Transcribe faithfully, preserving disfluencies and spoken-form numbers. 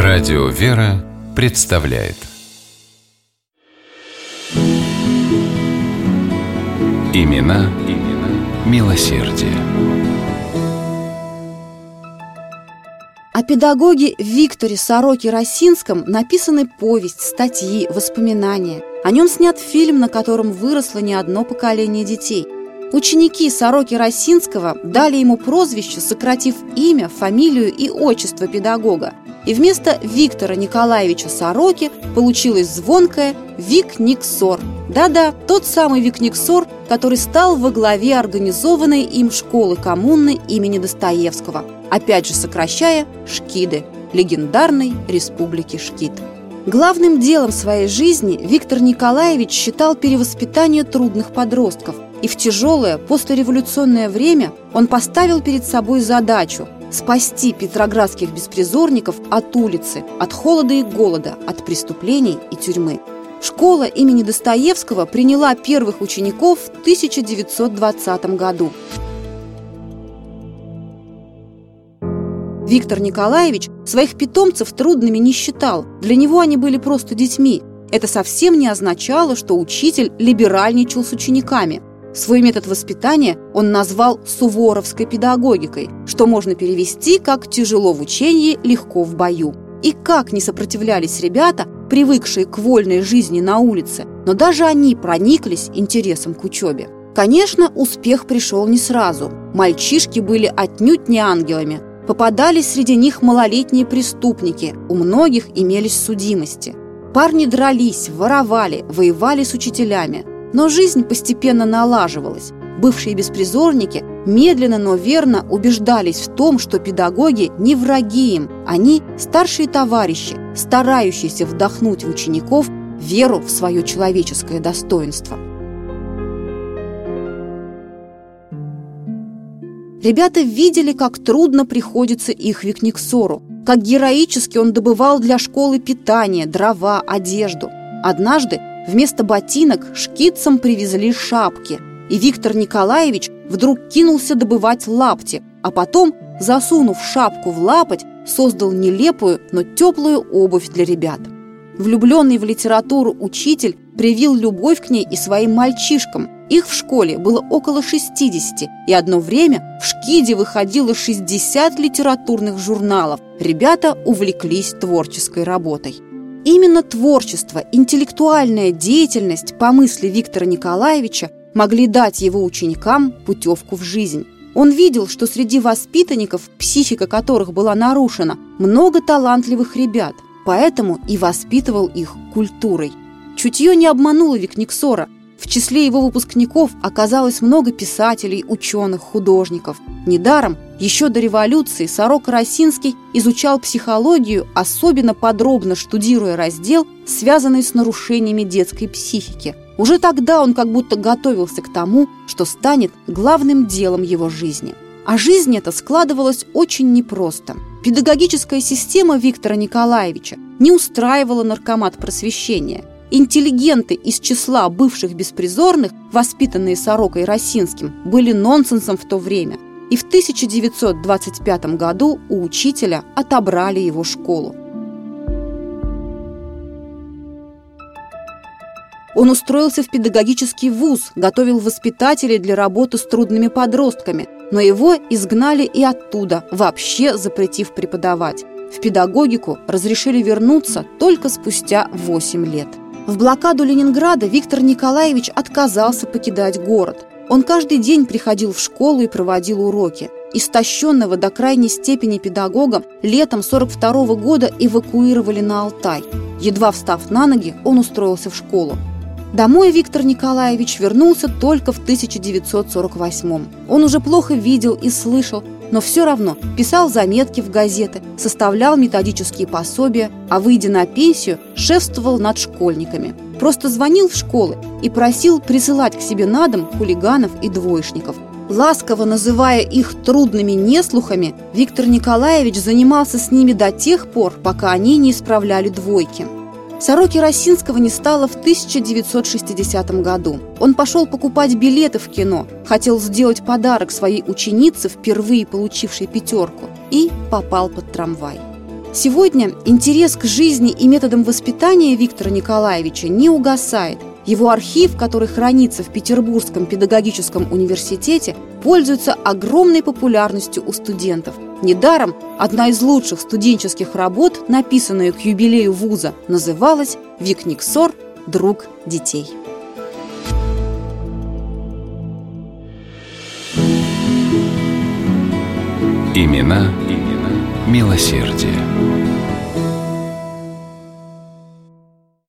Радио «Вера» представляет Имена, имена милосердия. О педагоге Викторе Сороке-Росинском написаны повесть, статьи, воспоминания. О нем снят фильм, на котором выросло не одно поколение детей. Ученики Сороки-Росинского дали ему прозвище, сократив имя, фамилию и отчество педагога. И вместо Виктора Николаевича Сороки получилось звонкое Вик-Никсор. Да-да, тот самый Вик-Никсор, который стал во главе организованной им школы коммуны имени Достоевского, опять же сокращая Шкиды, легендарной республики Шкид. Главным делом своей жизни Виктор Николаевич считал перевоспитание трудных подростков, и в тяжелое послереволюционное время он поставил перед собой задачу спасти петроградских беспризорников от улицы, от холода и голода, от преступлений и тюрьмы. Школа имени Достоевского приняла первых учеников в тысяча девятьсот двадцатом году. Виктор Николаевич своих питомцев трудными не считал, для него они были просто детьми. Это совсем не означало, что учитель либеральничал с учениками. Свой метод воспитания он назвал суворовской педагогикой, что можно перевести как «тяжело в учении, легко в бою». И как не сопротивлялись ребята, привыкшие к вольной жизни на улице, но даже они прониклись интересом к учебе. Конечно, успех пришел не сразу. Мальчишки были отнюдь не ангелами. Попадались среди них малолетние преступники, у многих имелись судимости. Парни дрались, воровали, воевали с учителями. Но жизнь постепенно налаживалась. Бывшие беспризорники медленно, но верно убеждались в том, что педагоги не враги им, они старшие товарищи, старающиеся вдохнуть в учеников веру в свое человеческое достоинство. Ребята видели, как трудно приходится их Вик-Никсору, как героически он добывал для школы питание, дрова, одежду. Однажды вместо ботинок шкидцам привезли шапки, и Виктор Николаевич вдруг кинулся добывать лапти, а потом, засунув шапку в лапоть, создал нелепую, но теплую обувь для ребят. Влюбленный в литературу учитель привил любовь к ней и своим мальчишкам. Их в школе было около шестидесяти, и одно время в Шкиде выходило шестьдесят литературных журналов. Ребята увлеклись творческой работой. Именно творчество, интеллектуальная деятельность, по мысли Виктора Николаевича, могли дать его ученикам путевку в жизнь. Он видел, что среди воспитанников, психика которых была нарушена, много талантливых ребят, поэтому и воспитывал их культурой. Чутье не обмануло Вик-Никсора. В числе его выпускников оказалось много писателей, ученых, художников. Недаром еще до революции Сорока-Росинский изучал психологию, особенно подробно штудируя раздел, связанный с нарушениями детской психики. Уже тогда он как будто готовился к тому, что станет главным делом его жизни. А жизнь эта складывалась очень непросто. Педагогическая система Виктора Николаевича не устраивала наркомат просвещения. Интеллигенты из числа бывших беспризорных, воспитанные Сорокой Росинским, были нонсенсом в то время. И в тысяча девятьсот двадцать пятом году у учителя отобрали его школу. Он устроился в педагогический вуз, готовил воспитателей для работы с трудными подростками, но его изгнали и оттуда, вообще запретив преподавать. В педагогику разрешили вернуться только спустя восемь лет. В блокаду Ленинграда Виктор Николаевич отказался покидать город. Он каждый день приходил в школу и проводил уроки. Истощенного до крайней степени педагога летом сорок второго года эвакуировали на Алтай. Едва встав на ноги, он устроился в школу. Домой Виктор Николаевич вернулся только в тысяча девятьсот сорок восьмом. Он уже плохо видел и слышал, но все равно писал заметки в газеты, составлял методические пособия, а, выйдя на пенсию, шефствовал над школьниками. Просто звонил в школы и просил присылать к себе на дом хулиганов и двоечников. Ласково называя их трудными неслухами, Виктор Николаевич занимался с ними до тех пор, пока они не исправляли двойки. Сороки-Росинского не стало в тысяча девятьсот шестидесятом году. Он пошел покупать билеты в кино, хотел сделать подарок своей ученице, впервые получившей пятерку, и попал под трамвай. Сегодня интерес к жизни и методам воспитания Виктора Николаевича не угасает. Его архив, который хранится в Петербургском педагогическом университете, пользуется огромной популярностью у студентов. Недаром одна из лучших студенческих работ, написанная к юбилею вуза, называлась «Викниксор. Друг детей». Имена, имена милосердия.